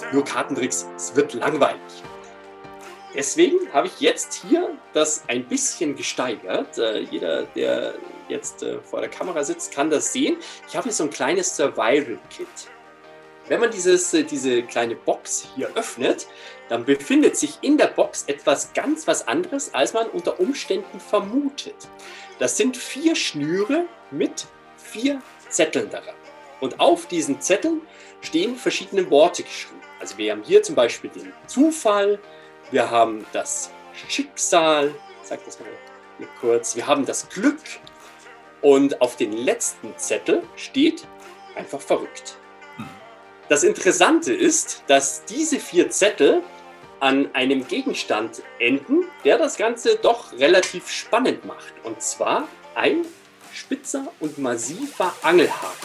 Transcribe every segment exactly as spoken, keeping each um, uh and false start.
nur Kartentricks, es wird langweilig. Deswegen habe ich jetzt hier das ein bisschen gesteigert. Äh, jeder, der jetzt äh, vor der Kamera sitzt, kann das sehen. Ich habe hier so ein kleines Survival-Kit. Wenn man dieses, äh, diese kleine Box hier öffnet, dann befindet sich in der Box etwas ganz was anderes, als man unter Umständen vermutet. Das sind vier Schnüre mit vier Zetteln daran. Und auf diesen Zetteln stehen verschiedene Worte geschrieben. Also wir haben hier zum Beispiel den Zufall, wir haben das Schicksal, ich sage das mal hier kurz, wir haben das Glück und auf den letzten Zettel steht einfach verrückt. Das Interessante ist, dass diese vier Zettel an einem Gegenstand enden, der das Ganze doch relativ spannend macht. Und zwar ein spitzer und massiver Angelhaken.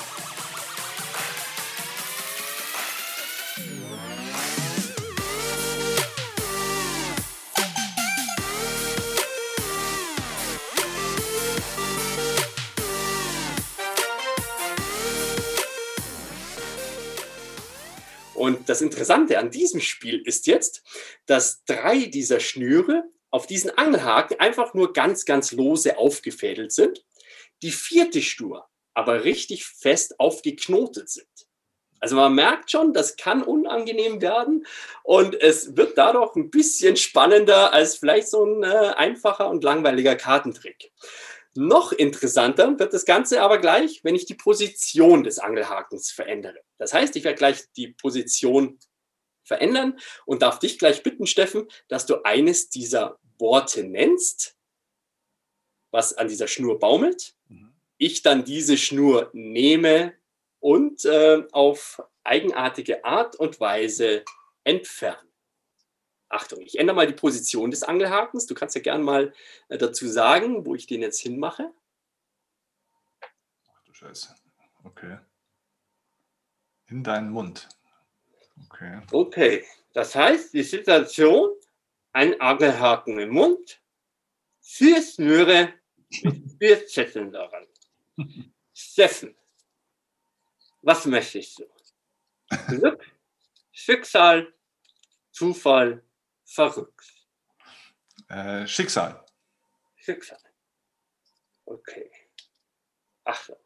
Und das Interessante an diesem Spiel ist jetzt, dass drei dieser Schnüre auf diesen Angelhaken einfach nur ganz, ganz lose aufgefädelt sind. Die vierte Schnur aber richtig fest aufgeknotet sind. Also man merkt schon, das kann unangenehm werden und es wird dadurch ein bisschen spannender als vielleicht so ein äh, einfacher und langweiliger Kartentrick. Noch interessanter wird das Ganze aber gleich, wenn ich die Position des Angelhakens verändere. Das heißt, ich werde gleich die Position verändern und darf dich gleich bitten, Steffen, dass du eines dieser Worte nennst, was an dieser Schnur baumelt. Mhm. Ich dann diese Schnur nehme und äh, auf eigenartige Art und Weise entferne. Achtung, ich ändere mal die Position des Angelhakens. Du kannst ja gerne mal äh, dazu sagen, wo ich den jetzt hinmache. Ach du Scheiße. Okay. In deinen Mund. Okay. Okay, das heißt, die Situation, ein Angelhaken im Mund, vier Schnüre mit vier Zetteln daran. Steffen, was möchtest du? Glück, Schicksal, Zufall, verrückt. Äh, Schicksal. Schicksal. Okay. Achtung.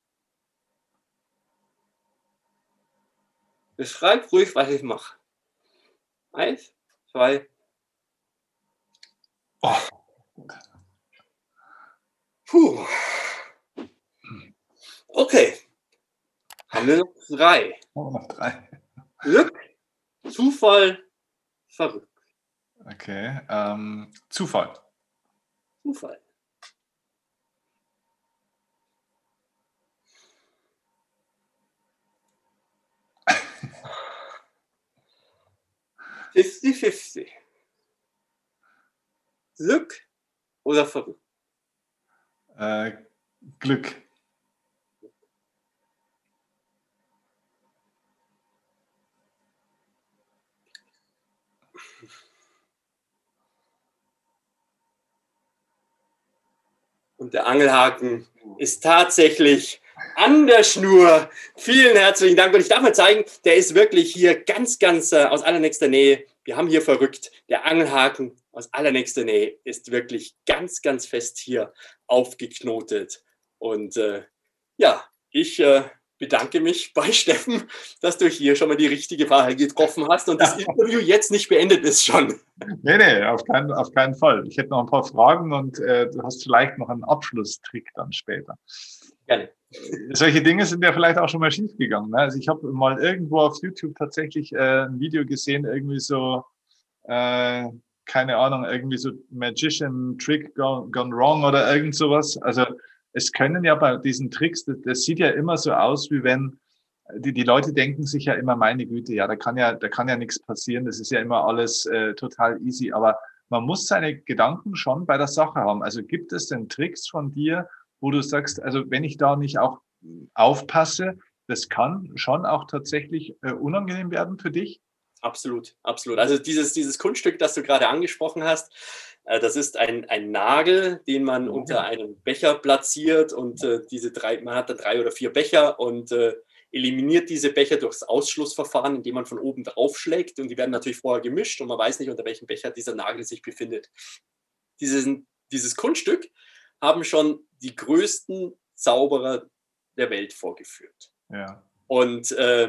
Beschreib ruhig, was ich mache. Eins, zwei. Oh. Puh. Okay. Haben wir noch drei. Oh, noch drei. Glück, Zufall, verrückt. Okay. Ähm, Zufall. Zufall. fünfzig fünfzig. Glück oder verrückt? Äh, Glück. Und der Angelhaken ist tatsächlich an der Schnur. Vielen herzlichen Dank. Und ich darf mal zeigen, der ist wirklich hier ganz, ganz äh, aus allernächster Nähe. Wir haben hier verrückt. Der Angelhaken aus allernächster Nähe ist wirklich ganz, ganz fest hier aufgeknotet. Und äh, ja, ich äh, bedanke mich bei Steffen, dass du hier schon mal die richtige Wahl getroffen hast und das Interview jetzt nicht beendet ist schon. Nee, nee, auf keinen, auf keinen Fall. Ich hätte noch ein paar Fragen und äh, du hast vielleicht noch einen Abschlusstrick dann später. Gerne. Solche Dinge sind ja vielleicht auch schon mal schief gegangen. Ne? Also ich habe mal irgendwo auf YouTube tatsächlich äh, ein Video gesehen, irgendwie so, äh, keine Ahnung, irgendwie so Magician Trick gone, gone wrong oder irgend sowas. Also es können ja bei diesen Tricks, das, das sieht ja immer so aus, wie wenn die, die Leute denken sich ja immer, meine Güte, ja, da kann ja, da kann ja nichts passieren. Das ist ja immer alles äh, total easy. Aber man muss seine Gedanken schon bei der Sache haben. Also gibt es denn Tricks von dir, wo du sagst, also wenn ich da nicht auch aufpasse, das kann schon auch tatsächlich äh, unangenehm werden für dich? Absolut, absolut. Also dieses, dieses Kunststück, das du gerade angesprochen hast, äh, das ist ein, ein Nagel, den man unter einem Becher platziert und äh, diese drei, man hat dann drei oder vier Becher und äh, eliminiert diese Becher durchs Ausschlussverfahren, indem man von oben drauf schlägt. Und die werden natürlich vorher gemischt und man weiß nicht, unter welchem Becher dieser Nagel sich befindet. Dieses, dieses Kunststück haben schon die größten Zauberer der Welt vorgeführt. Ja. Und äh,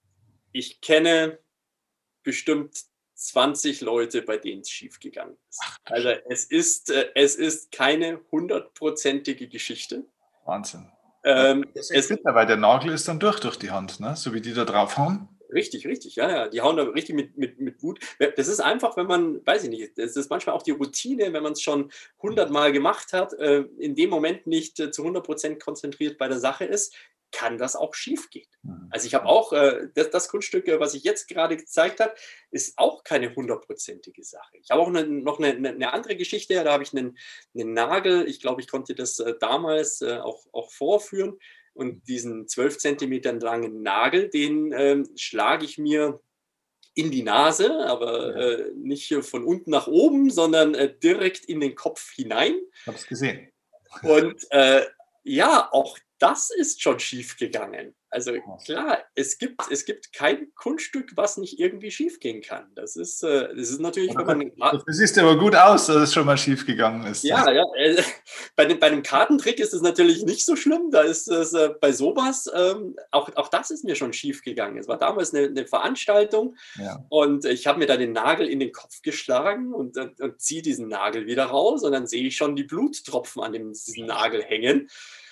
ich kenne bestimmt zwanzig Leute, bei denen es schiefgegangen ist. Also es ist, äh, es ist keine hundertprozentige Geschichte. Wahnsinn. Ähm, das ist echt bitter, weil der Nagel ist dann durch durch die Hand, ne? So wie die da drauf hauen. Richtig, richtig, ja, ja. Die hauen da richtig mit, mit, mit Wut. Das ist einfach, wenn man, weiß ich nicht, das ist manchmal auch die Routine, wenn man es schon hundertmal gemacht hat, äh, in dem Moment nicht äh, zu hundert Prozent konzentriert bei der Sache ist, kann das auch schief gehen. Also ich habe auch, äh, das, das Kunststück, was ich jetzt gerade gezeigt habe, ist auch keine hundertprozentige Sache. Ich habe auch eine, noch eine, eine andere Geschichte, da habe ich einen, einen Nagel, ich glaube, ich konnte das äh, damals äh, auch, auch vorführen. Und diesen zwölf Zentimeter langen Nagel, den ähm, schlage ich mir in die Nase, aber äh, nicht von unten nach oben, sondern äh, direkt in den Kopf hinein. Ich habe es gesehen. Und äh, ja, auch das ist schon schief gegangen. Also klar, es gibt, es gibt kein Kunststück, was nicht irgendwie schief gehen kann. Das ist, äh, das ist natürlich, wenn man... Das sieht aber gut aus, dass es schon mal schief gegangen ist. Ja, ja. Äh, bei, dem, bei einem Kartentrick ist es natürlich nicht so schlimm. Da ist es äh, bei sowas, ähm, auch, auch das ist mir schon schief gegangen. Es war damals eine, eine Veranstaltung ja. und ich habe mir da den Nagel in den Kopf geschlagen und, und, und ziehe diesen Nagel wieder raus und dann sehe ich schon die Bluttropfen an dem, diesem Nagel hängen.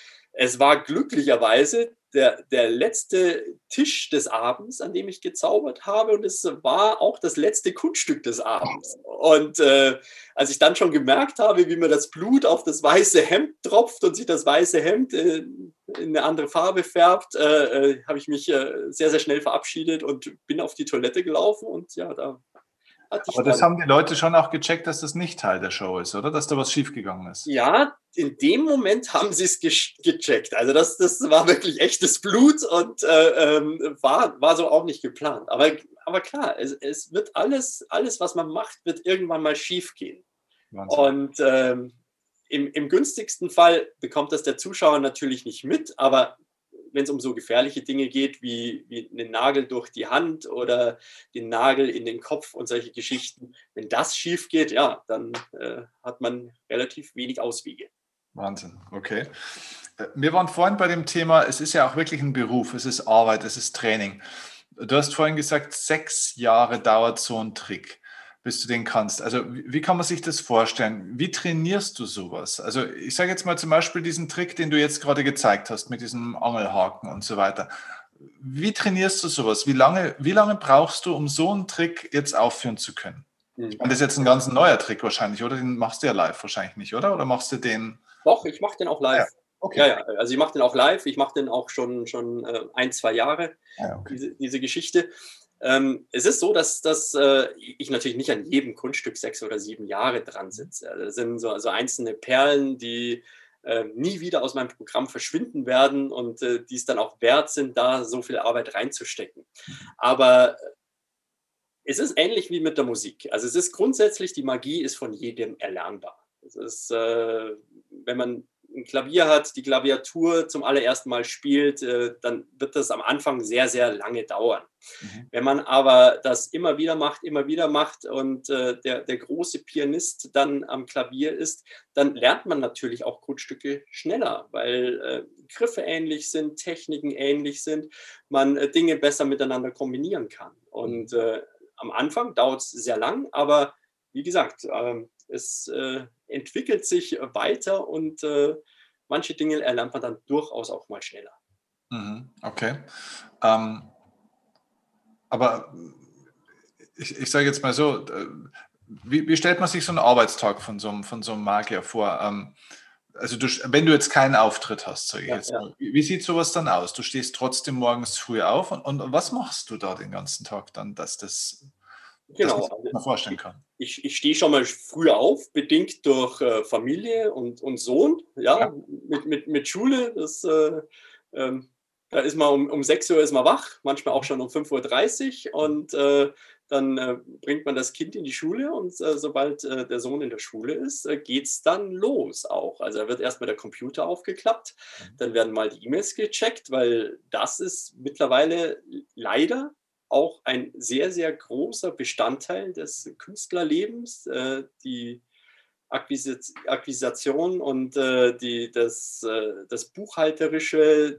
Es war glücklicherweise der, der letzte Tisch des Abends, an dem ich gezaubert habe, und es war auch das letzte Kunststück des Abends. Und äh, als ich dann schon gemerkt habe, wie mir das Blut auf das weiße Hemd tropft und sich das weiße Hemd äh, in eine andere Farbe färbt, äh, äh, habe ich mich äh, sehr, sehr schnell verabschiedet und bin auf die Toilette gelaufen und ja, da hatte ich Aber das dann, haben die Leute schon auch gecheckt, dass das nicht Teil der Show ist, oder? Dass da was schiefgegangen ist. ja, in dem Moment haben sie es ge gecheckt. Also das, das war wirklich echtes Blut und äh, ähm, war, war so auch nicht geplant. Aber, aber klar, es, es wird alles, alles, was man macht, wird irgendwann mal schief gehen. Wahnsinn. Und ähm, im, im günstigsten Fall bekommt das der Zuschauer natürlich nicht mit, aber wenn es um so gefährliche Dinge geht, wie, wie einen Nagel durch die Hand oder den Nagel in den Kopf und solche Geschichten, wenn das schief geht, ja, dann äh, hat man relativ wenig Auswege. Wahnsinn, okay. Wir waren vorhin bei dem Thema, es ist ja auch wirklich ein Beruf, es ist Arbeit, es ist Training. Du hast vorhin gesagt, sechs Jahre dauert so ein Trick, bis du den kannst. Also wie kann man sich das vorstellen? Wie trainierst du sowas? Also ich sage jetzt mal zum Beispiel diesen Trick, den du jetzt gerade gezeigt hast mit diesem Angelhaken und so weiter. Wie trainierst du sowas? Wie lange, wie lange brauchst du, um so einen Trick jetzt aufführen zu können? Ich meine, das ist jetzt ein ganz neuer Trick wahrscheinlich, oder? Den machst du ja live wahrscheinlich nicht, oder? Oder machst du den... Doch, ich mache den auch live. Ja, okay. Ja, ja, also ich mache den auch live. Ich mache den auch schon, schon äh, ein, zwei Jahre, ja, okay. diese, diese Geschichte. Ähm, es ist so, dass, dass äh, ich natürlich nicht an jedem Kunststück sechs oder sieben Jahre dran sitze. Also das sind so, so einzelne Perlen, die äh, nie wieder aus meinem Programm verschwinden werden und äh, die es dann auch wert sind, da so viel Arbeit reinzustecken. Aber es ist ähnlich wie mit der Musik. Also es ist grundsätzlich, die Magie ist von jedem erlernbar. Es ist, äh, wenn man ein Klavier hat, die Klaviatur zum allerersten Mal spielt, äh, dann wird das am Anfang sehr, sehr lange dauern. Mhm. Wenn man aber das immer wieder macht, immer wieder macht und äh, der, der große Pianist dann am Klavier ist, dann lernt man natürlich auch Kunststücke schneller, weil äh, Griffe ähnlich sind, Techniken ähnlich sind, man äh, Dinge besser miteinander kombinieren kann. Und äh, am Anfang dauert es sehr lang, aber wie gesagt, äh, es äh, entwickelt sich weiter und äh, manche Dinge erlernt man dann durchaus auch mal schneller. Mhm, okay. Ähm, aber ich, ich sage jetzt mal so, wie, wie stellt man sich so einen Arbeitstag von so einem, von so einem Magier vor? Ähm, also du, wenn du jetzt keinen Auftritt hast, sage ich ja, jetzt ja. mal, wie, wie sieht sowas dann aus? Du stehst trotzdem morgens früh auf und, und was machst du da den ganzen Tag dann, dass das... Genau, dass man sich mal vorstellen kann. Ich, ich stehe schon mal früh auf, bedingt durch äh, Familie und, und Sohn, ja, ja. Mit, mit, mit Schule. Das, äh, ähm, da ist man um, um sechs Uhr ist man wach, manchmal auch schon um fünf Uhr dreißig und äh, dann äh, bringt man das Kind in die Schule und äh, sobald äh, der Sohn in der Schule ist, äh, geht's dann los auch. Also da wird erstmal der Computer aufgeklappt, dann werden mal die E-Mails gecheckt, weil das ist mittlerweile leider auch ein sehr, sehr großer Bestandteil des Künstlerlebens, äh, die Akquisit Akquisition und äh, die, das, äh, das Buchhalterische.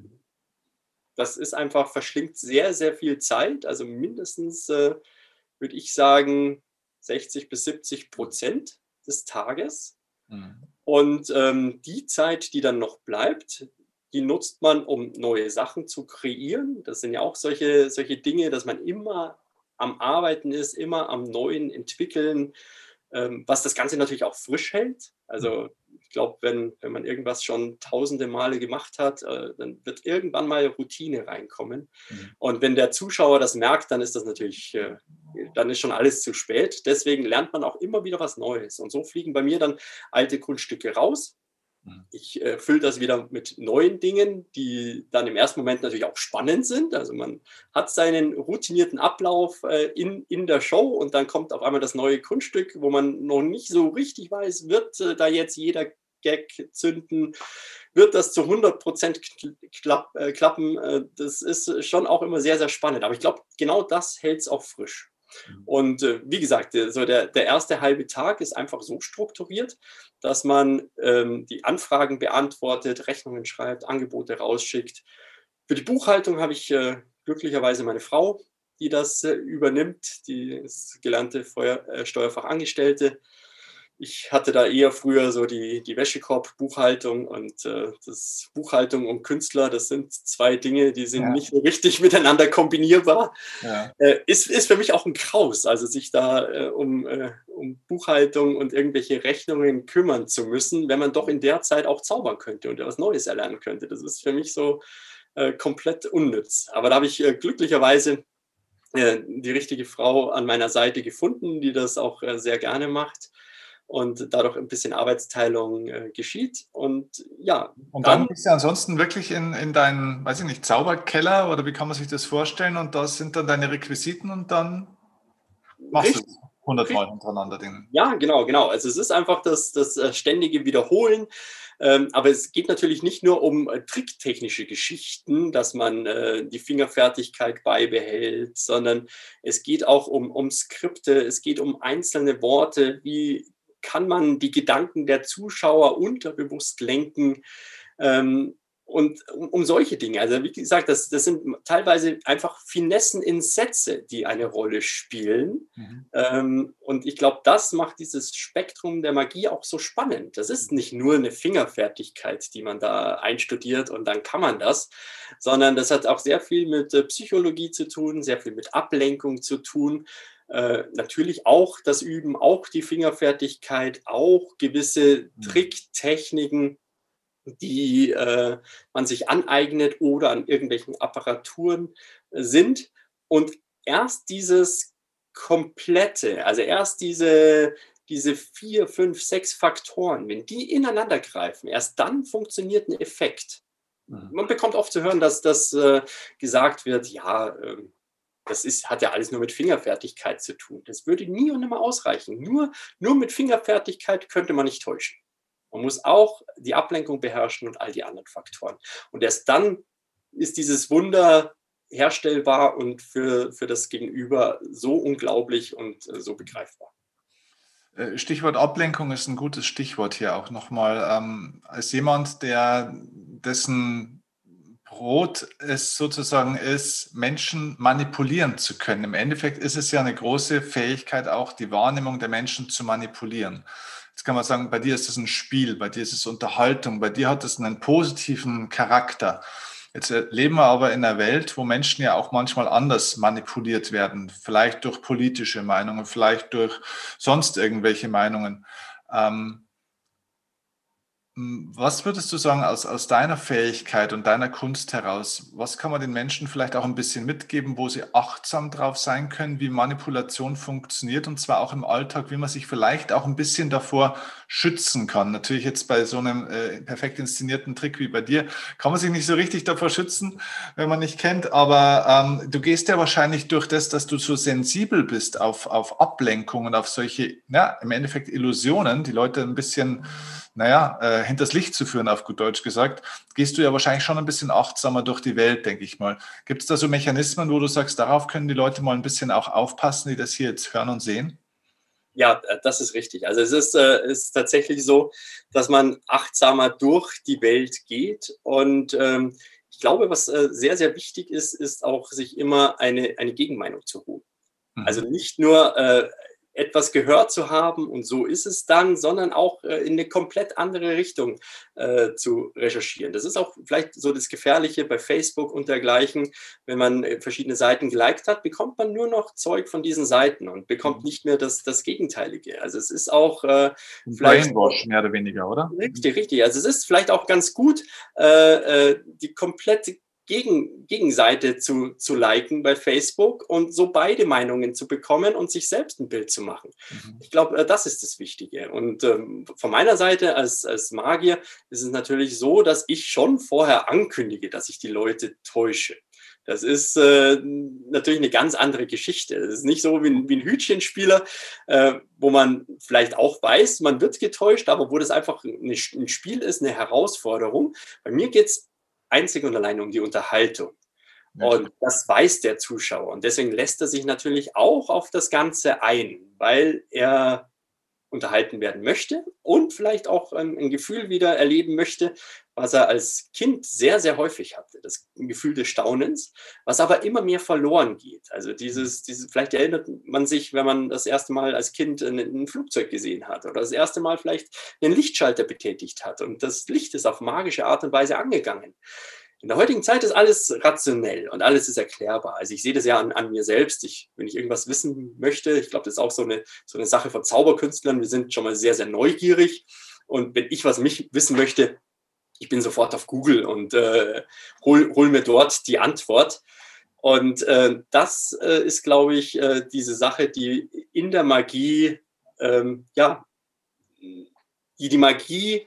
Das ist einfach, verschlingt sehr, sehr viel Zeit. Also mindestens, äh, würde ich sagen, sechzig bis siebzig Prozent des Tages. Mhm. Und ähm, die Zeit, die dann noch bleibt, die nutzt man, um neue Sachen zu kreieren. Das sind ja auch solche, solche Dinge, dass man immer am Arbeiten ist, immer am Neuen entwickeln, ähm, was das Ganze natürlich auch frisch hält. Also ich glaube, wenn, wenn man irgendwas schon tausende Male gemacht hat, äh, dann wird irgendwann mal Routine reinkommen. Mhm. Und wenn der Zuschauer das merkt, dann ist das natürlich, äh, dann ist schon alles zu spät. Deswegen lernt man auch immer wieder was Neues. Und so fliegen bei mir dann alte Kunststücke raus. Mhm. Ich äh, fülle das wieder mit neuen Dingen, die dann im ersten Moment natürlich auch spannend sind. Also man hat seinen routinierten Ablauf äh, in, in der Show und dann kommt auf einmal das neue Kunststück, wo man noch nicht so richtig weiß, wird äh, da jetzt jeder Gag zünden, wird das zu hundert Prozent klapp, äh, klappen. Äh, das ist schon auch immer sehr, sehr spannend. Aber ich glaube, genau das hält es auch frisch. Und äh, wie gesagt, äh, so der, der erste halbe Tag ist einfach so strukturiert, dass man ähm, die Anfragen beantwortet, Rechnungen schreibt, Angebote rausschickt. Für die Buchhaltung habe ich äh, glücklicherweise meine Frau, die das äh, übernimmt. Die ist gelernte Feuer, äh, Steuerfachangestellte. Ich hatte da eher früher so die, die Wäschekorb-Buchhaltung und äh, das Buchhaltung und Künstler, das sind zwei Dinge, die sind Ja. nicht so richtig miteinander kombinierbar. Ja. Äh, ist, ist für mich auch ein Graus, also sich da äh, um, äh, um Buchhaltung und irgendwelche Rechnungen kümmern zu müssen, wenn man doch in der Zeit auch zaubern könnte und etwas Neues erlernen könnte. Das ist für mich so äh, komplett unnütz. Aber da habe ich äh, glücklicherweise äh, die richtige Frau an meiner Seite gefunden, die das auch äh, sehr gerne macht und dadurch ein bisschen Arbeitsteilung äh, geschieht. Und ja, Und dann dann bist du ansonsten wirklich in, in deinen, weiß ich nicht, Zauberkeller oder wie kann man sich das vorstellen? Und da sind dann deine Requisiten und dann machst du richtig, es hundertmal richtig. hintereinander. Den. Ja, genau, genau. Also es ist einfach das, das äh, ständige Wiederholen. Ähm, aber es geht natürlich nicht nur um äh, tricktechnische Geschichten, dass man äh, die Fingerfertigkeit beibehält, sondern es geht auch um, um Skripte, es geht um einzelne Worte. Wie kann man die Gedanken der Zuschauer unterbewusst lenken? Ähm, und um, um solche Dinge. Also wie gesagt, das, das sind teilweise einfach Finessen in Sätze, die eine Rolle spielen. Mhm. Ähm, und ich glaube, das macht dieses Spektrum der Magie auch so spannend. Das ist nicht nur eine Fingerfertigkeit, die man da einstudiert und dann kann man das, sondern das hat auch sehr viel mit äh, Psychologie zu tun, sehr viel mit Ablenkung zu tun. Äh, natürlich auch das Üben, auch die Fingerfertigkeit, auch gewisse Mhm. Tricktechniken, die äh, man sich aneignet oder an irgendwelchen Apparaturen äh, sind. Und erst dieses komplette, also erst diese, diese vier, fünf, sechs Faktoren, wenn die ineinander greifen, erst dann funktioniert ein Effekt. Mhm. Man bekommt oft zu hören, dass das äh, gesagt wird, ja, äh, das ist, hat ja alles nur mit Fingerfertigkeit zu tun. Das würde nie und nimmer ausreichen. Nur, nur mit Fingerfertigkeit könnte man nicht täuschen. Man muss auch die Ablenkung beherrschen und all die anderen Faktoren. Und erst dann ist dieses Wunder herstellbar und für, für das Gegenüber so unglaublich und äh, so begreifbar. Äh, Stichwort Ablenkung ist ein gutes Stichwort hier auch nochmal. Ähm, als jemand, der dessen Brot es sozusagen ist, Menschen manipulieren zu können. Im Endeffekt ist es ja eine große Fähigkeit, auch die Wahrnehmung der Menschen zu manipulieren. Jetzt kann man sagen, bei dir ist es ein Spiel, bei dir ist es Unterhaltung, bei dir hat es einen positiven Charakter. Jetzt leben wir aber in einer Welt, wo Menschen ja auch manchmal anders manipuliert werden, vielleicht durch politische Meinungen, vielleicht durch sonst irgendwelche Meinungen. Ähm, Was würdest du sagen aus, aus deiner Fähigkeit und deiner Kunst heraus? Was kann man den Menschen vielleicht auch ein bisschen mitgeben, wo sie achtsam drauf sein können, wie Manipulation funktioniert und zwar auch im Alltag, wie man sich vielleicht auch ein bisschen davor schützen kann? Natürlich jetzt bei so einem äh, perfekt inszenierten Trick wie bei dir kann man sich nicht so richtig davor schützen, wenn man nicht kennt, aber ähm, du gehst ja wahrscheinlich durch das, dass du so sensibel bist auf, auf Ablenkungen, auf solche, ja, im Endeffekt Illusionen, die Leute ein bisschen naja, äh, hinters Licht zu führen, auf gut Deutsch gesagt, gehst du ja wahrscheinlich schon ein bisschen achtsamer durch die Welt, denke ich mal. Gibt es da so Mechanismen, wo du sagst, darauf können die Leute mal ein bisschen auch aufpassen, die das hier jetzt hören und sehen? Ja, äh, das ist richtig. Also es ist, äh, ist tatsächlich so, dass man achtsamer durch die Welt geht. Und ähm, ich glaube, was äh, sehr, sehr wichtig ist, ist auch, sich immer eine, eine Gegenmeinung zu holen. Also Mhm. nicht nur äh, etwas gehört zu haben und so ist es dann, sondern auch äh, in eine komplett andere Richtung äh, zu recherchieren. Das ist auch vielleicht so das Gefährliche bei Facebook und dergleichen. Wenn man äh, verschiedene Seiten geliked hat, bekommt man nur noch Zeug von diesen Seiten und bekommt Mhm. nicht mehr das, das Gegenteilige. Also es ist auch äh, Ein vielleicht Brainwash, mehr oder weniger, oder? richtig, richtig. Also es ist vielleicht auch ganz gut, äh, äh, die komplette Gegen, Gegenseite zu, zu liken bei Facebook und so beide Meinungen zu bekommen und sich selbst ein Bild zu machen. Mhm. Ich glaube, äh, das ist das Wichtige. Und ähm, von meiner Seite als, als Magier ist es natürlich so, dass ich schon vorher ankündige, dass ich die Leute täusche. Das ist äh, natürlich eine ganz andere Geschichte. Das ist nicht so wie ein, wie ein Hütchenspieler, äh, wo man vielleicht auch weiß, man wird getäuscht, aber wo das einfach eine, ein Spiel ist, eine Herausforderung. Bei mir geht es einzig und allein um die Unterhaltung. Ja, klar. Und das weiß der Zuschauer. Und deswegen lässt er sich natürlich auch auf das Ganze ein, weil er unterhalten werden möchte und vielleicht auch ähm, ein Gefühl wieder erleben möchte, was er als Kind sehr, sehr häufig hatte, das Gefühl des Staunens, was aber immer mehr verloren geht. Also Mhm. dieses, dieses vielleicht erinnert man sich, wenn man das erste Mal als Kind ein, ein Flugzeug gesehen hat oder das erste Mal vielleicht einen Lichtschalter betätigt hat und das Licht ist auf magische Art und Weise angegangen. In der heutigen Zeit ist alles rationell und alles ist erklärbar. Also ich sehe das ja an, an mir selbst. Ich, wenn ich irgendwas wissen möchte, ich glaube, das ist auch so eine, so eine Sache von Zauberkünstlern. Wir sind schon mal sehr, sehr neugierig. Und wenn ich was mich wissen möchte, ich bin sofort auf Google und äh, hol, hol mir dort die Antwort. Und äh, das äh, ist, glaube ich, äh, diese Sache, die in der Magie, ähm, ja, die die Magie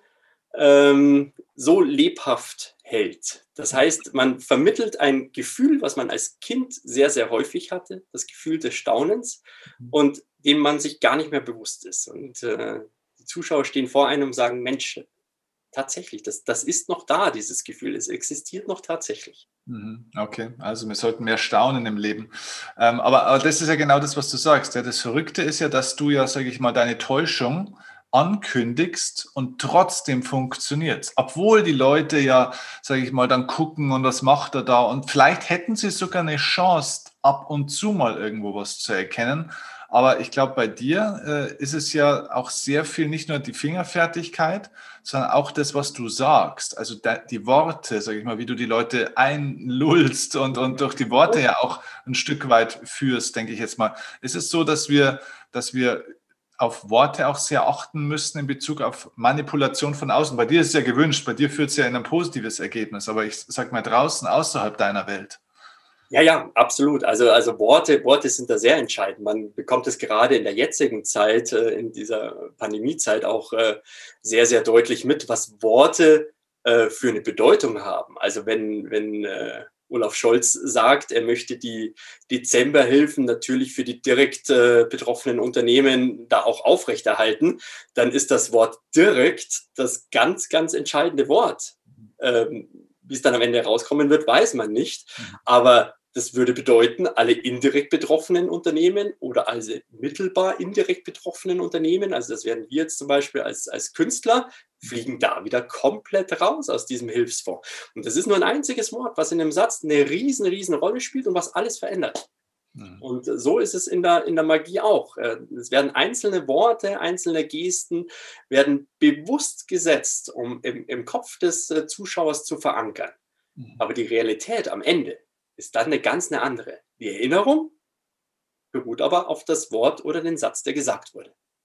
ähm, so lebhaft hält. Das heißt, man vermittelt ein Gefühl, was man als Kind sehr, sehr häufig hatte, das Gefühl des Staunens und dem man sich gar nicht mehr bewusst ist. Und äh, die Zuschauer stehen vor einem und sagen, Mensch, tatsächlich, das, das ist noch da, dieses Gefühl, es existiert noch tatsächlich. Mhm. Okay, also wir sollten mehr staunen im Leben. Ähm, aber, aber das ist ja genau das, was du sagst. Ja. Das Verrückte ist ja, dass du ja, sage ich mal, deine Täuschung ankündigst und trotzdem funktioniert. Obwohl die Leute ja, sage ich mal, dann gucken und was macht er da und vielleicht hätten sie sogar eine Chance, ab und zu mal irgendwo was zu erkennen. Aber ich glaube, bei dir äh, ist es ja auch sehr viel nicht nur die Fingerfertigkeit, sondern auch das, was du sagst. Also de, die Worte, sage ich mal, wie du die Leute einlullst und, und durch die Worte ja auch ein Stück weit führst, denke ich jetzt mal. Ist es so, dass wir, dass wir auf Worte auch sehr achten müssen in Bezug auf Manipulation von außen? Bei dir ist es ja gewünscht, bei dir führt es ja in ein positives Ergebnis, aber ich sage mal draußen, außerhalb deiner Welt. Ja, ja, absolut. Also, also Worte, Worte sind da sehr entscheidend. Man bekommt es gerade in der jetzigen Zeit, äh, in dieser Pandemiezeit auch äh, sehr, sehr deutlich mit, was Worte äh, für eine Bedeutung haben. Also wenn, wenn äh, Olaf Scholz sagt, er möchte die Dezemberhilfen natürlich für die direkt äh, betroffenen Unternehmen da auch aufrechterhalten, dann ist das Wort direkt das ganz, ganz entscheidende Wort. Ähm, Wie es dann am Ende rauskommen wird, weiß man nicht. Aber das würde bedeuten, alle indirekt betroffenen Unternehmen oder also mittelbar indirekt betroffenen Unternehmen, also das werden wir jetzt zum Beispiel als, als Künstler, fliegen da wieder komplett raus aus diesem Hilfsfonds. Und das ist nur ein einziges Wort, was in dem Satz eine riesen, riesen Rolle spielt und was alles verändert. Mhm. Und so ist es in der, in der Magie auch. Es werden einzelne Worte, einzelne Gesten werden bewusst gesetzt, um im, im Kopf des Zuschauers zu verankern. Mhm. Aber die Realität am Ende ist dann eine ganz eine andere. Die Erinnerung beruht aber auf das Wort oder den Satz, der gesagt wurde.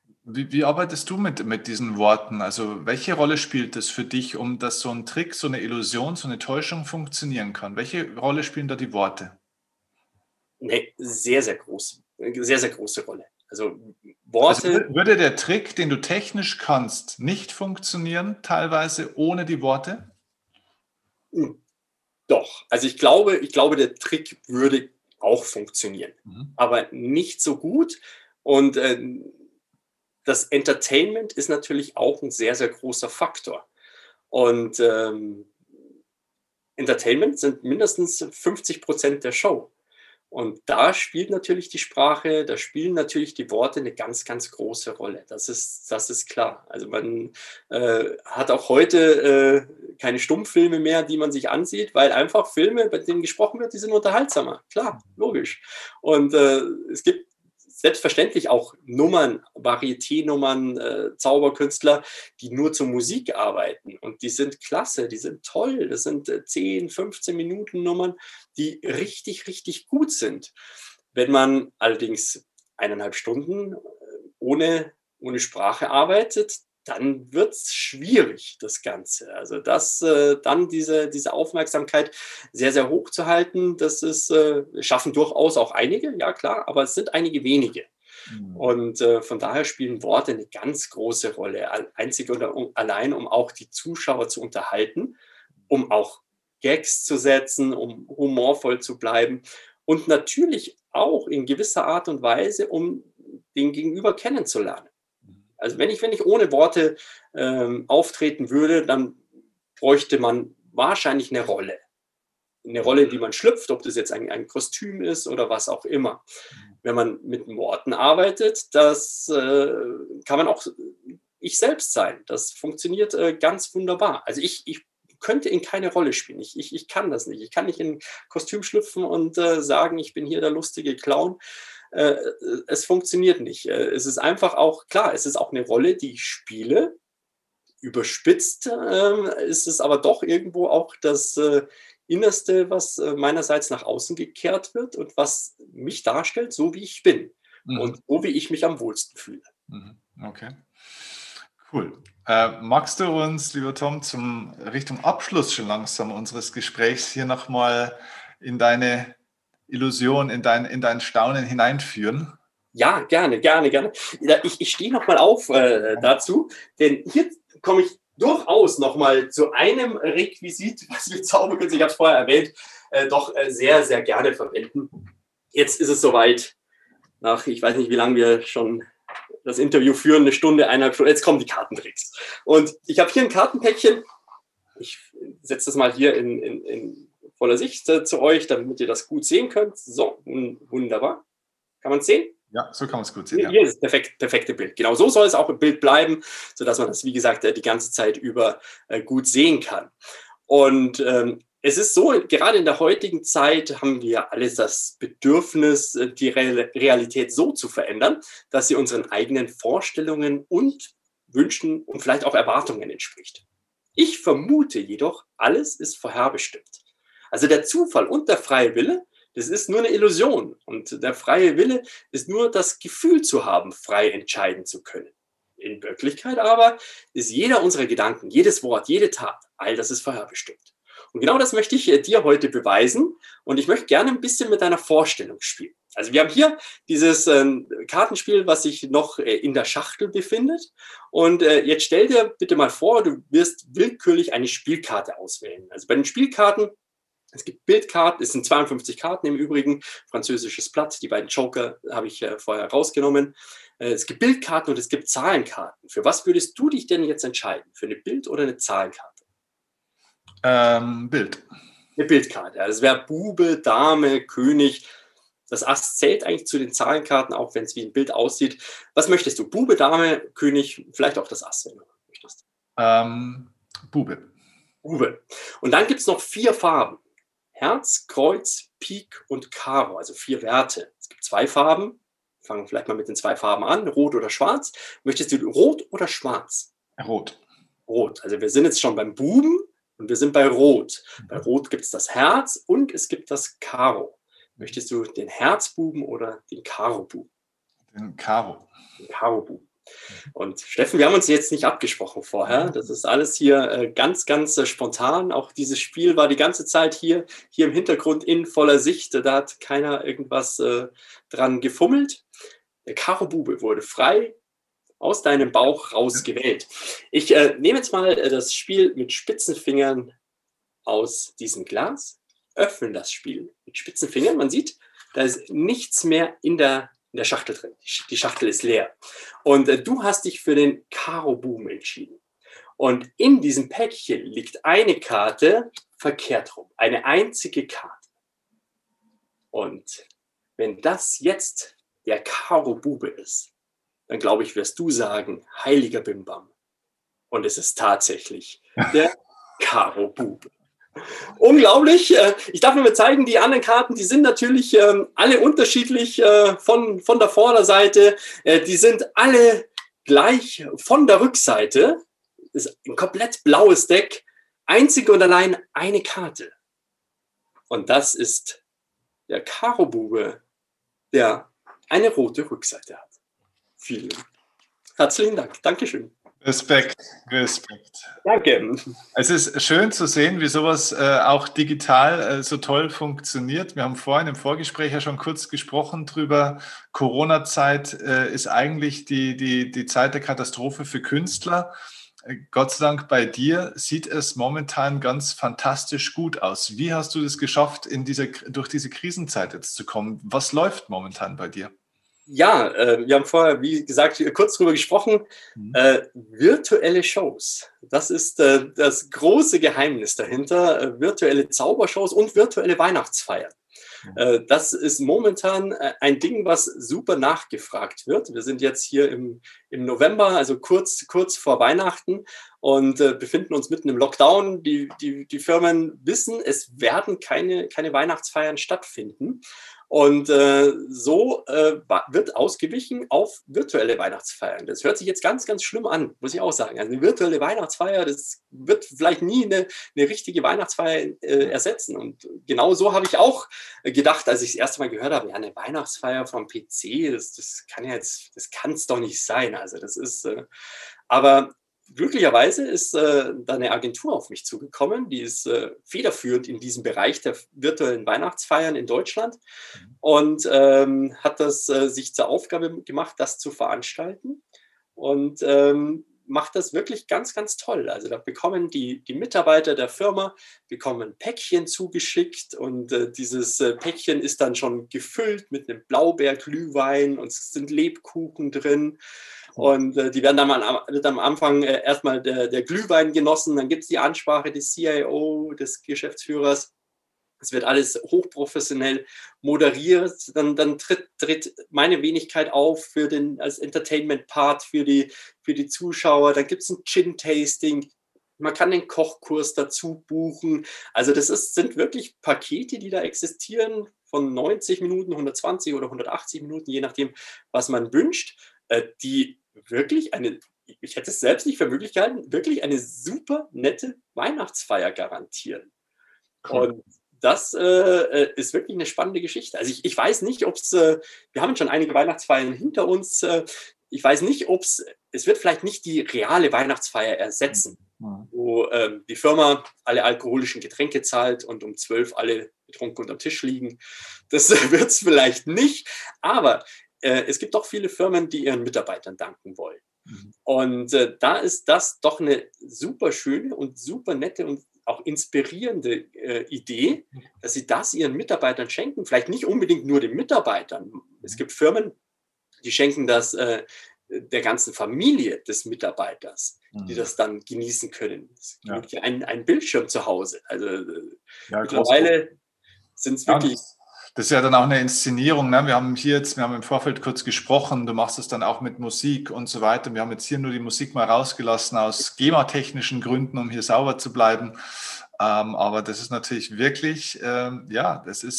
Wie, wie arbeitest du mit, mit diesen Worten? Also welche Rolle spielt es für dich, um dass so ein Trick, so eine Illusion, so eine Täuschung funktionieren kann? Welche Rolle spielen da die Worte? Eine sehr, sehr groß, sehr, sehr große Rolle. Also Also Worte, wür- würde der Trick, den du technisch kannst, nicht funktionieren, teilweise ohne die Worte? hm, doch. Also ich glaube, ich glaube, der Trick würde auch funktionieren, Mhm. aber nicht so gut. Und äh, das Entertainment ist natürlich auch ein sehr, sehr großer Faktor. Und ähm, Entertainment sind mindestens fünfzig Prozent der Show. Und da spielt natürlich die Sprache, da spielen natürlich die Worte eine ganz, ganz große Rolle. Das ist, das ist klar. Also man äh, hat auch heute äh, keine Stummfilme mehr, die man sich ansieht, weil einfach Filme, bei denen gesprochen wird, die sind unterhaltsamer. Klar, logisch. Und äh, es gibt selbstverständlich auch Nummern, Varieté-Nummern, äh, Zauberkünstler, die nur zur Musik arbeiten. Und die sind klasse, die sind toll. Das sind äh, zehn, fünfzehn Minuten Nummern, die richtig, richtig gut sind. Wenn man allerdings eineinhalb Stunden äh, ohne, ohne Sprache arbeitet, dann wird es schwierig, das Ganze. Also das, äh, dann diese, diese Aufmerksamkeit sehr, sehr hoch zu halten, das ist, äh, schaffen durchaus auch einige, ja klar, aber es sind einige wenige. Mhm. Und äh, von daher spielen Worte eine ganz große Rolle, einzig und allein, um auch die Zuschauer zu unterhalten, um auch Gags zu setzen, um humorvoll zu bleiben und natürlich auch in gewisser Art und Weise, um den Gegenüber kennenzulernen. Also wenn ich, wenn ich ohne Worte ähm, auftreten würde, dann bräuchte man wahrscheinlich eine Rolle. Eine Rolle, in die man schlüpft, ob das jetzt ein, ein Kostüm ist oder was auch immer. Wenn man mit Worten arbeitet, das äh, kann man auch ich selbst sein. Das funktioniert äh, ganz wunderbar. Also ich, ich könnte in keine Rolle spielen. Ich, ich, ich kann das nicht. Ich kann nicht in ein Kostüm schlüpfen und äh, sagen, ich bin hier der lustige Clown. Äh, es funktioniert nicht. Äh, es ist einfach auch, klar, es ist auch eine Rolle, die ich spiele. Überspitzt äh, ist es aber doch irgendwo auch das äh, Innerste, was äh, meinerseits nach außen gekehrt wird und was mich darstellt, so wie ich bin Mhm. und so wie ich mich am wohlsten fühle. Mhm. Okay, cool. Äh, magst du uns, lieber Tom, zum Richtung Abschluss schon langsam unseres Gesprächs hier nochmal in deine Illusion, in dein, in dein Staunen hineinführen? Ja, gerne, gerne, gerne. Ja, Ich, ich stehe nochmal auf äh, dazu, denn hier komme ich durchaus nochmal zu einem Requisit, was wir Zauberkünste, ich habe es vorher erwähnt, äh, doch äh, sehr, sehr gerne verwenden. Jetzt ist es soweit, nach, ich weiß nicht, wie lange wir schon das Interview führen, eine Stunde, eineinhalb Stunden, jetzt kommen die Kartentricks. Und ich habe hier ein Kartenpäckchen, ich setze das mal hier in, in, in voller Sicht äh, zu euch, damit ihr das gut sehen könnt. So, wunderbar. Kann man es sehen? Ja, so kann man es gut sehen, Hier, ja. hier ist das perfekt, perfekte Bild. Genau so soll es auch im Bild bleiben, sodass man das, wie gesagt, äh, die ganze Zeit über äh, gut sehen kann. Und ähm, es ist so, gerade in der heutigen Zeit haben wir alle das Bedürfnis, äh, die Re Realität so zu verändern, dass sie unseren eigenen Vorstellungen und Wünschen und vielleicht auch Erwartungen entspricht. Ich vermute jedoch, alles ist vorherbestimmt. Also der Zufall und der freie Wille, das ist nur eine Illusion. Und der freie Wille ist nur das Gefühl zu haben, frei entscheiden zu können. In Wirklichkeit aber ist jeder unserer Gedanken, jedes Wort, jede Tat, all das ist vorherbestimmt. Und genau das möchte ich äh, dir heute beweisen. Und ich möchte gerne ein bisschen mit deiner Vorstellung spielen. Also wir haben hier dieses äh, Kartenspiel, was sich noch äh, in der Schachtel befindet. Und äh, jetzt stell dir bitte mal vor, du wirst willkürlich eine Spielkarte auswählen. Also bei den Spielkarten, es gibt Bildkarten, es sind zweiundfünfzig Karten im Übrigen, französisches Blatt, die beiden Joker habe ich äh, vorher rausgenommen. Äh, es gibt Bildkarten und es gibt Zahlenkarten. Für was würdest du dich denn jetzt entscheiden? Für eine Bild- oder eine Zahlenkarte? Ähm, Bild. Eine Bildkarte. Also es wäre Bube, Dame, König. Das Ass zählt eigentlich zu den Zahlenkarten, auch wenn es wie ein Bild aussieht. Was möchtest du? Bube, Dame, König, vielleicht auch das Ass, wenn du möchtest. Ähm, Bube. Bube. Und dann gibt es noch vier Farben. Herz, Kreuz, Pik und Karo, also vier Werte. Es gibt zwei Farben. Fangen wir vielleicht mal mit den zwei Farben an, Rot oder Schwarz. Möchtest du Rot oder Schwarz? Rot. Rot. Also wir sind jetzt schon beim Buben und wir sind bei Rot. Bei Mhm. Rot gibt es das Herz und es gibt das Karo. Möchtest du den Herzbuben oder den Karobuben? Den Karo. Den Karobuben. Und Steffen, wir haben uns jetzt nicht abgesprochen vorher. Das ist alles hier äh, ganz, ganz äh, spontan. Auch dieses Spiel war die ganze Zeit hier, hier im Hintergrund in voller Sicht. Da hat keiner irgendwas äh, dran gefummelt. Der Karo Bube wurde frei aus deinem Bauch rausgewählt. Ich äh, nehme jetzt mal äh, das Spiel mit spitzen Fingern aus diesem Glas, öffne das Spiel mit spitzen Fingern. Man sieht, da ist nichts mehr in der in der Schachtel drin. Die Schachtel ist leer. Und äh, du hast dich für den Karo Buben entschieden. Und in diesem Päckchen liegt eine Karte verkehrt rum. Eine einzige Karte. Und wenn das jetzt der Karo Bube ist, dann glaube ich, wirst du sagen, heiliger Bimbam. Und es ist tatsächlich der Karo Bube. Unglaublich. Ich darf nur mal zeigen, die anderen Karten, die sind natürlich ähm, alle unterschiedlich äh, von, von der Vorderseite. Äh, die sind alle gleich von der Rückseite. Das ist ein komplett blaues Deck. Einzig und allein eine Karte. Und das ist der Karo Bube, der eine rote Rückseite hat. Vielen herzlichen Dank. Dankeschön. Respekt, Respekt. Danke. Es ist schön zu sehen, wie sowas äh, auch digital äh, so toll funktioniert. Wir haben vorhin im Vorgespräch ja schon kurz gesprochen drüber. Corona-Zeit äh, ist eigentlich die, die, die Zeit der Katastrophe für Künstler. Äh, Gott sei Dank bei dir sieht es momentan ganz fantastisch gut aus. Wie hast du das geschafft, in dieser, durch diese Krisenzeit jetzt zu kommen? Was läuft momentan bei dir? Ja, äh, wir haben vorher, wie gesagt, kurz drüber gesprochen. Mhm. Äh, virtuelle Shows. Das ist äh, das große Geheimnis dahinter. Äh, virtuelle Zaubershows und virtuelle Weihnachtsfeiern. Mhm. Äh, das ist momentan äh, ein Ding, was super nachgefragt wird. Wir sind jetzt hier im, im November, also kurz, kurz vor Weihnachten und äh, befinden uns mitten im Lockdown. Die, die, die Firmen wissen, es werden keine, keine Weihnachtsfeiern stattfinden. Und äh, so äh, wird ausgewichen auf virtuelle Weihnachtsfeiern. Das hört sich jetzt ganz, ganz schlimm an, muss ich auch sagen. Also eine virtuelle Weihnachtsfeier, das wird vielleicht nie eine, eine richtige Weihnachtsfeier äh, ersetzen. Und genau so habe ich auch gedacht, als ich das erste Mal gehört habe, ja, eine Weihnachtsfeier vom P C, das, das kann ja jetzt, das kann es doch nicht sein. Also das ist, äh, aber glücklicherweise ist äh, da eine Agentur auf mich zugekommen, die ist äh, federführend in diesem Bereich der virtuellen Weihnachtsfeiern in Deutschland und ähm, hat das äh, sich zur Aufgabe gemacht, das zu veranstalten und ähm, macht das wirklich ganz, ganz toll. Also da bekommen die, die Mitarbeiter der Firma bekommen ein Päckchen zugeschickt und äh, dieses äh, Päckchen ist dann schon gefüllt mit einem Blaubeerglühwein und es sind Lebkuchen drin. Und äh, die werden dann am, wird am Anfang äh, erstmal der, der Glühwein genossen, dann gibt es die Ansprache des C I O, des Geschäftsführers. Es wird alles hochprofessionell moderiert. Dann, dann tritt, tritt meine Wenigkeit auf für den, als Entertainment-Part für die, für die Zuschauer. Dann gibt es ein Gin-Tasting. Man kann den Kochkurs dazu buchen. Also das ist, sind wirklich Pakete, die da existieren von neunzig Minuten, hundertzwanzig oder hundertachtzig Minuten, je nachdem, was man wünscht, äh, die wirklich eine, ich hätte es selbst nicht für möglich gehalten, wirklich eine super nette Weihnachtsfeier garantieren. Cool. Und das äh, ist wirklich eine spannende Geschichte. Also ich, ich weiß nicht, ob es, äh, wir haben schon einige Weihnachtsfeiern hinter uns, äh, ich weiß nicht, ob es, es wird vielleicht nicht die reale Weihnachtsfeier ersetzen, mhm. wo ähm, die Firma alle alkoholischen Getränke zahlt und um zwölf alle betrunken unterm Tisch liegen. Das wird es vielleicht nicht, aber äh, es gibt doch viele Firmen, die ihren Mitarbeitern danken wollen. Mhm. Und äh, da ist das doch eine super schöne und super nette und auch inspirierende äh, Idee, dass sie das ihren Mitarbeitern schenken. Vielleicht nicht unbedingt nur den Mitarbeitern. Es gibt Firmen, die schenken das äh, der ganzen Familie des Mitarbeiters, mhm. die das dann genießen können. Es gibt ja einen, einen Bildschirm zu Hause. Also ja, mittlerweile sind es wirklich... Das ist ja dann auch eine Inszenierung. Ne? Wir haben hier jetzt, wir haben im Vorfeld kurz gesprochen, du machst es dann auch mit Musik und so weiter. Wir haben jetzt hier nur die Musik mal rausgelassen aus GEMA-technischen Gründen, um hier sauber zu bleiben. Ähm, aber das ist natürlich wirklich, ähm, ja, das ist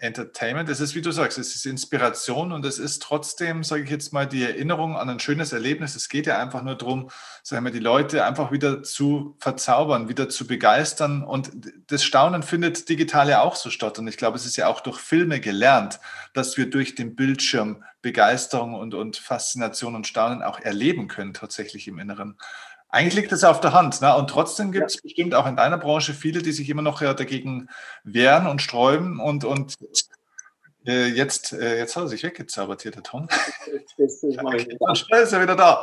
Entertainment. Es ist, wie du sagst, es ist Inspiration und es ist trotzdem, sage ich jetzt mal, die Erinnerung an ein schönes Erlebnis. Es geht ja einfach nur darum, sagen wir, die Leute einfach wieder zu verzaubern, wieder zu begeistern. Und das Staunen findet digital ja auch so statt. Und ich glaube, es ist ja auch durch Filme gelernt, dass wir durch den Bildschirm Begeisterung und, und Faszination und Staunen auch erleben können, tatsächlich im Inneren. Eigentlich liegt das auf der Hand, ne? Und trotzdem gibt es ja bestimmt auch in deiner Branche viele, die sich immer noch ja dagegen wehren und sträuben. Und, und äh, jetzt, äh, jetzt hat er sich weggezaubert hier, der Tom. Das ist mal Dann schnell ist er wieder da.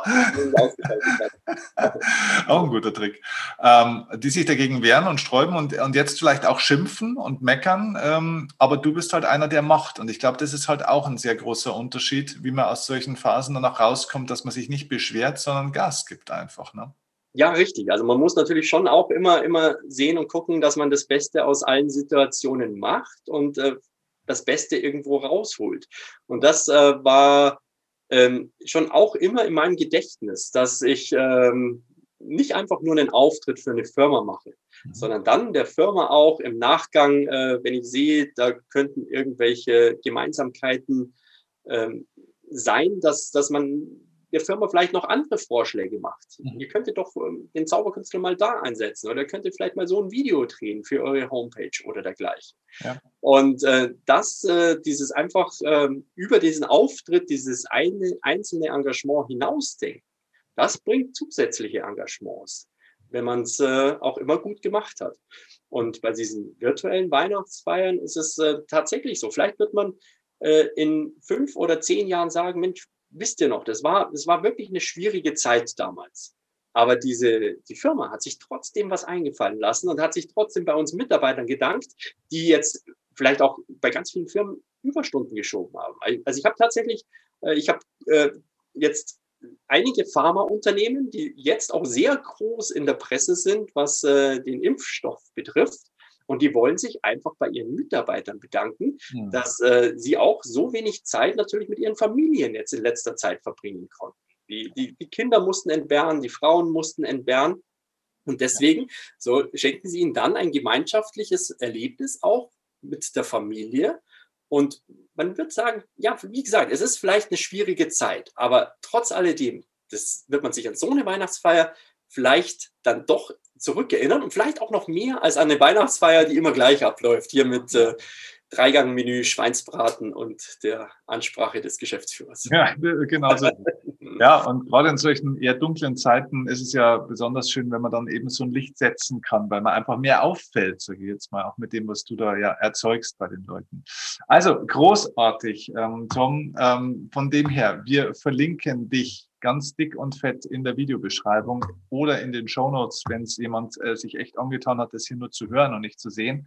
Auch ein guter Trick. Ähm, die sich dagegen wehren und sträuben und, und jetzt vielleicht auch schimpfen und meckern. Ähm, aber du bist halt einer, der macht. Und ich glaube, das ist halt auch ein sehr großer Unterschied, wie man aus solchen Phasen dann auch rauskommt, dass man sich nicht beschwert, sondern Gas gibt einfach, ne? Ja, richtig. Also man muss natürlich schon auch immer, immer sehen und gucken, dass man das Beste aus allen Situationen macht und äh, das Beste irgendwo rausholt. Und das äh, war ähm, schon auch immer in meinem Gedächtnis, dass ich ähm, nicht einfach nur einen Auftritt für eine Firma mache, mhm. sondern dann der Firma auch im Nachgang, äh, wenn ich sehe, da könnten irgendwelche Gemeinsamkeiten ähm, sein, dass, dass man der Firma vielleicht noch andere Vorschläge macht. Mhm. Ihr könntet doch den Zauberkünstler mal da einsetzen oder könnt ihr vielleicht mal so ein Video drehen für eure Homepage oder dergleichen. Ja. Und äh, das, äh, dieses einfach äh, über diesen Auftritt, dieses eine einzelne Engagement hinausdenken, das bringt zusätzliche Engagements, wenn man es äh, auch immer gut gemacht hat. Und bei diesen virtuellen Weihnachtsfeiern ist es äh, tatsächlich so. Vielleicht wird man äh, in fünf oder zehn Jahren sagen, Mensch, wisst ihr noch, das war, das war wirklich eine schwierige Zeit damals. Aber diese, die Firma hat sich trotzdem was eingefallen lassen und hat sich trotzdem bei uns Mitarbeitern gedankt, die jetzt vielleicht auch bei ganz vielen Firmen Überstunden geschoben haben. Also ich habe tatsächlich, ich habe äh, jetzt einige Pharmaunternehmen, die jetzt auch sehr groß in der Presse sind, was äh, den Impfstoff betrifft. Und die wollen sich einfach bei ihren Mitarbeitern bedanken, mhm. dass äh, sie auch so wenig Zeit natürlich mit ihren Familien jetzt in letzter Zeit verbringen konnten. Die, die, die Kinder mussten entbehren, die Frauen mussten entbehren. Und deswegen so schenken sie ihnen dann ein gemeinschaftliches Erlebnis auch mit der Familie. Und man wird sagen, ja, wie gesagt, es ist vielleicht eine schwierige Zeit, aber trotz alledem, das wird man sich an so eine Weihnachtsfeier vielleicht dann doch zurückerinnern und vielleicht auch noch mehr als an eine Weihnachtsfeier, die immer gleich abläuft, hier mit äh, Dreigang-Menü, Schweinsbraten und der Ansprache des Geschäftsführers. Ja, genau so. Ja, und gerade in solchen eher dunklen Zeiten ist es ja besonders schön, wenn man dann eben so ein Licht setzen kann, weil man einfach mehr auffällt, sage ich jetzt mal, auch mit dem, was du da ja erzeugst bei den Leuten. Also großartig, ähm, Tom. Ähm, von dem her, wir verlinken dich ganz dick und fett in der Videobeschreibung oder in den Shownotes, wenn es jemand äh, sich echt angetan hat, das hier nur zu hören und nicht zu sehen.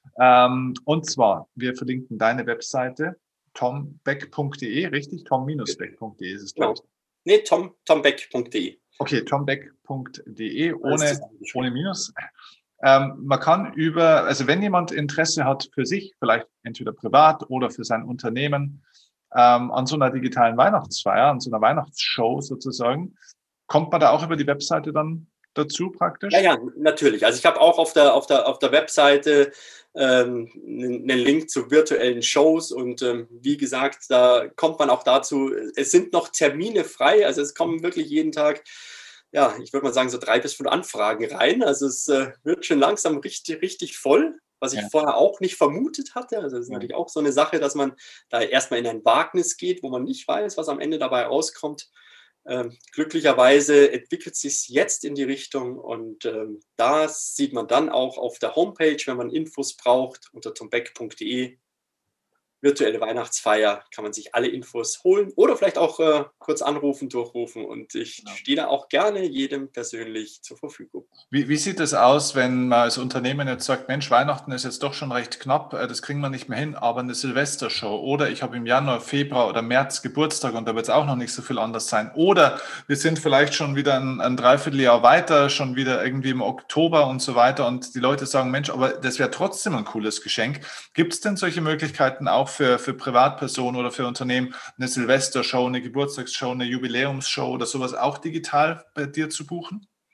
Ähm, und zwar, wir verlinken deine Webseite, tom beck punkt de, richtig? tom beck punkt de ist es, glaube ich. Nee, tom, tombeck punkt de. Okay, tom beck punkt de, ohne, ohne Minus. Ähm, man kann über, also wenn jemand Interesse hat für sich, vielleicht entweder privat oder für sein Unternehmen, ähm, an so einer digitalen Weihnachtsfeier, an so einer Weihnachtsshow sozusagen, kommt man da auch über die Webseite dann dazu praktisch? Ja, ja, natürlich. Also ich habe auch auf der, auf der, auf der Webseite ähm, einen Link zu virtuellen Shows und ähm, wie gesagt, da kommt man auch dazu, es sind noch Termine frei, also es kommen wirklich jeden Tag, ja, ich würde mal sagen, so drei bis fünf Anfragen rein. Also es äh, wird schon langsam richtig, richtig voll, was ich ja. vorher auch nicht vermutet hatte. Also das ist ja. natürlich auch so eine Sache, dass man da erstmal in ein Wagnis geht, wo man nicht weiß, was am Ende dabei rauskommt. Ähm, glücklicherweise entwickelt sich es jetzt in die Richtung und ähm, das sieht man dann auch auf der Homepage, wenn man Infos braucht, unter tombeck punkt de. Virtuelle Weihnachtsfeier, kann man sich alle Infos holen oder vielleicht auch äh, kurz anrufen, durchrufen und ich genau. stehe da auch gerne jedem persönlich zur Verfügung. Wie, wie sieht es aus, wenn man als Unternehmen jetzt sagt, Mensch, Weihnachten ist jetzt doch schon recht knapp, das kriegen wir nicht mehr hin, aber eine Silvestershow oder ich habe im Januar, Februar oder März Geburtstag und da wird es auch noch nicht so viel anders sein oder wir sind vielleicht schon wieder ein, ein Dreivierteljahr weiter, schon wieder irgendwie im Oktober und so weiter und die Leute sagen, Mensch, aber das wäre trotzdem ein cooles Geschenk. Gibt es denn solche Möglichkeiten auch für, für Privatpersonen oder für Unternehmen, eine Silvestershow, eine Geburtstagsshow, eine Jubiläumsshow oder sowas auch digital bei dir zu buchen? Ja,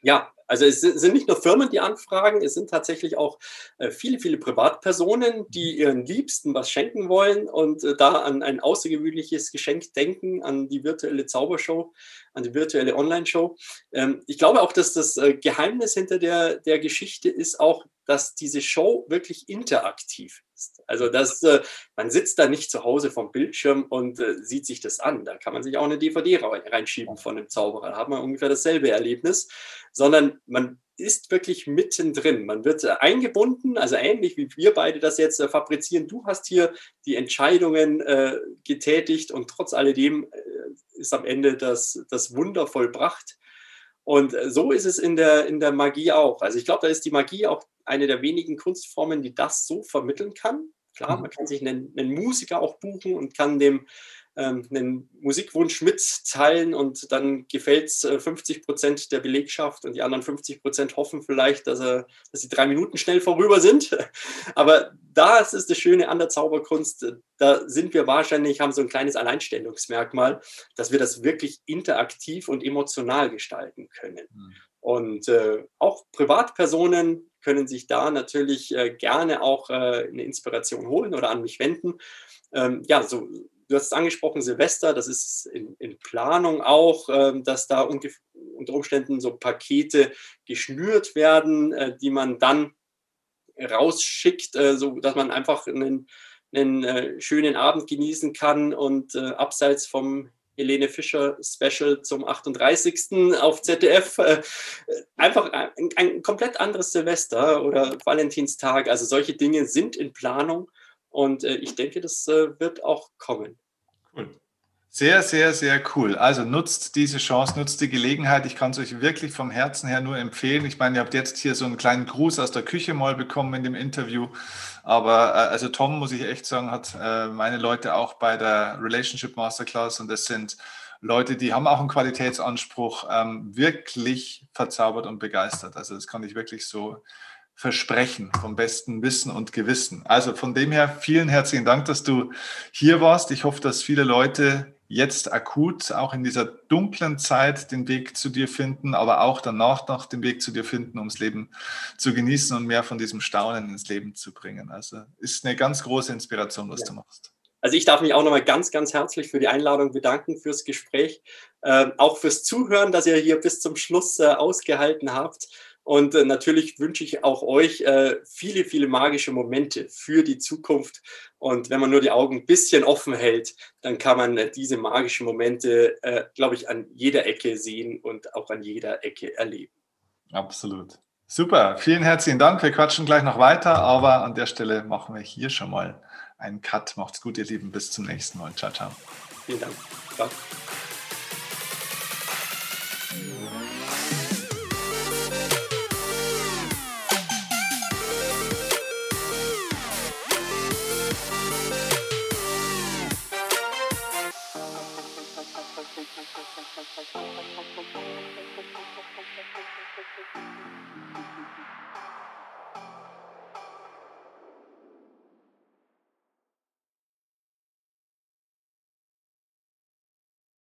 Also es sind sind nicht nur Firmen, die anfragen, es sind tatsächlich auch äh, viele, viele Privatpersonen, die ihren Liebsten was schenken wollen und äh, da an ein außergewöhnliches Geschenk denken, an die virtuelle Zaubershow, an die virtuelle Online-Show. Ähm, ich glaube auch, dass das äh, Geheimnis hinter der, der Geschichte ist auch, dass diese Show wirklich interaktiv ist. Also dass äh, man sitzt da nicht zu Hause vom Bildschirm und äh, sieht sich das an. Da kann man sich auch eine D V D rein- reinschieben von dem Zauberer. Da hat man ungefähr dasselbe Erlebnis, sondern man ist wirklich mittendrin. Man wird äh, eingebunden, also ähnlich wie wir beide das jetzt äh, fabrizieren. Du hast hier die Entscheidungen äh, getätigt und trotz alledem äh, ist am Ende das, das Wunder vollbracht. Und äh, so ist es in der, in der Magie auch. Also ich glaube, da ist die Magie auch eine der wenigen Kunstformen, die das so vermitteln kann. Klar, man Mhm. kann sich einen, einen Musiker auch buchen und kann dem ähm, einen Musikwunsch mitteilen und dann gefällt es äh, fünfzig Prozent der Belegschaft und die anderen fünfzig Prozent hoffen vielleicht, dass, er, dass die drei Minuten schnell vorüber sind. Aber das ist das Schöne an der Zauberkunst. Da sind wir wahrscheinlich, haben so ein kleines Alleinstellungsmerkmal, dass wir das wirklich interaktiv und emotional gestalten können. Mhm. Und äh, auch Privatpersonen können sich da natürlich äh, gerne auch äh, eine Inspiration holen oder an mich wenden. Ähm, ja, so, du hast es angesprochen, Silvester, das ist in, in Planung auch, ähm, dass da unter Umständen so Pakete geschnürt werden, äh, die man dann rausschickt, äh, so dass man einfach einen, einen äh, schönen Abend genießen kann und äh, abseits vom Helene Fischer Special zum achtunddreißigsten auf Z D F äh, einfach ein, ein komplett anderes Silvester oder Valentinstag. Also solche Dinge sind in Planung und äh, ich denke, das äh, wird auch kommen. Cool. Sehr, sehr, sehr cool. Also nutzt diese Chance, nutzt die Gelegenheit. Ich kann es euch wirklich vom Herzen her nur empfehlen. Ich meine, ihr habt jetzt hier so einen kleinen Gruß aus der Küche mal bekommen in dem Interview. Aber äh, also Tom, muss ich echt sagen, hat äh, meine Leute auch bei der Relationship Masterclass und das sind Leute, die haben auch einen Qualitätsanspruch, ähm, wirklich verzaubert und begeistert. Also das kann ich wirklich so versprechen, vom besten Wissen und Gewissen. Also von dem her vielen herzlichen Dank, dass du hier warst. Ich hoffe, dass viele Leute jetzt akut auch in dieser dunklen Zeit den Weg zu dir finden, aber auch danach noch den Weg zu dir finden, ums Leben zu genießen und mehr von diesem Staunen ins Leben zu bringen. Also ist eine ganz große Inspiration, was Ja. du machst. Also ich darf mich auch nochmal ganz, ganz herzlich für die Einladung bedanken, fürs Gespräch, äh, auch fürs Zuhören, dass ihr hier bis zum Schluss äh, ausgehalten habt. Und äh, natürlich wünsche ich auch euch äh, viele, viele magische Momente für die Zukunft. Und wenn man nur die Augen ein bisschen offen hält, dann kann man äh, diese magischen Momente, äh, glaube ich, an jeder Ecke sehen und auch an jeder Ecke erleben. Absolut. Super, vielen herzlichen Dank. Wir quatschen gleich noch weiter, aber an der Stelle machen wir hier schon mal einen Cut. Macht's gut, ihr Lieben. Bis zum nächsten Mal. Ciao, ciao. Vielen Dank. Ciao. Thank you.